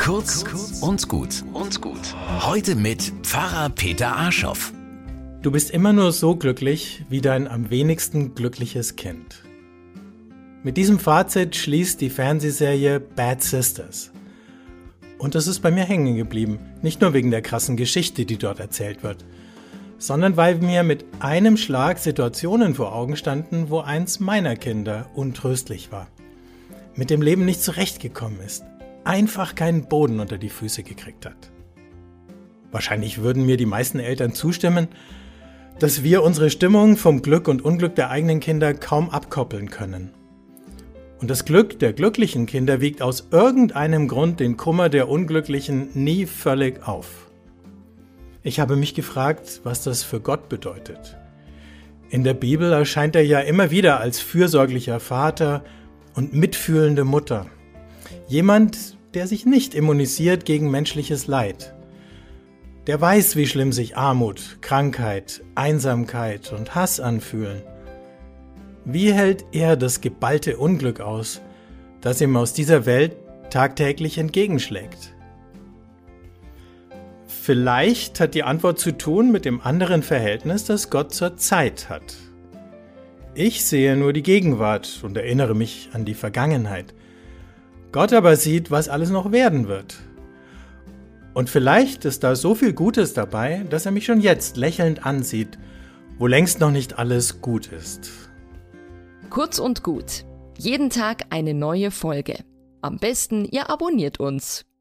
Kurz und gut. Heute mit Pfarrer Peter Arschoff. Du bist immer nur so glücklich wie dein am wenigsten glückliches Kind. Mit diesem Fazit schließt die Fernsehserie Bad Sisters. Und das ist bei mir hängen geblieben. Nicht nur wegen der krassen Geschichte, die dort erzählt wird, sondern weil mir mit einem Schlag Situationen vor Augen standen, wo eins meiner Kinder untröstlich war. Mit dem Leben nicht zurechtgekommen ist. Einfach keinen Boden unter die Füße gekriegt hat. Wahrscheinlich würden mir die meisten Eltern zustimmen, dass wir unsere Stimmung vom Glück und Unglück der eigenen Kinder kaum abkoppeln können. Und das Glück der glücklichen Kinder wiegt aus irgendeinem Grund den Kummer der Unglücklichen nie völlig auf. Ich habe mich gefragt, was das für Gott bedeutet. In der Bibel erscheint er ja immer wieder als fürsorglicher Vater und mitfühlende Mutter. Jemand, der sich nicht immunisiert gegen menschliches Leid. Der weiß, wie schlimm sich Armut, Krankheit, Einsamkeit und Hass anfühlen. Wie hält er das geballte Unglück aus, das ihm aus dieser Welt tagtäglich entgegenschlägt? Vielleicht hat die Antwort zu tun mit dem anderen Verhältnis, das Gott zur Zeit hat. Ich sehe nur die Gegenwart und erinnere mich an die Vergangenheit. Gott aber sieht, was alles noch werden wird. Und vielleicht ist da so viel Gutes dabei, dass er mich schon jetzt lächelnd ansieht, wo längst noch nicht alles gut ist. Kurz und gut. Jeden Tag eine neue Folge. Am besten, ihr abonniert uns.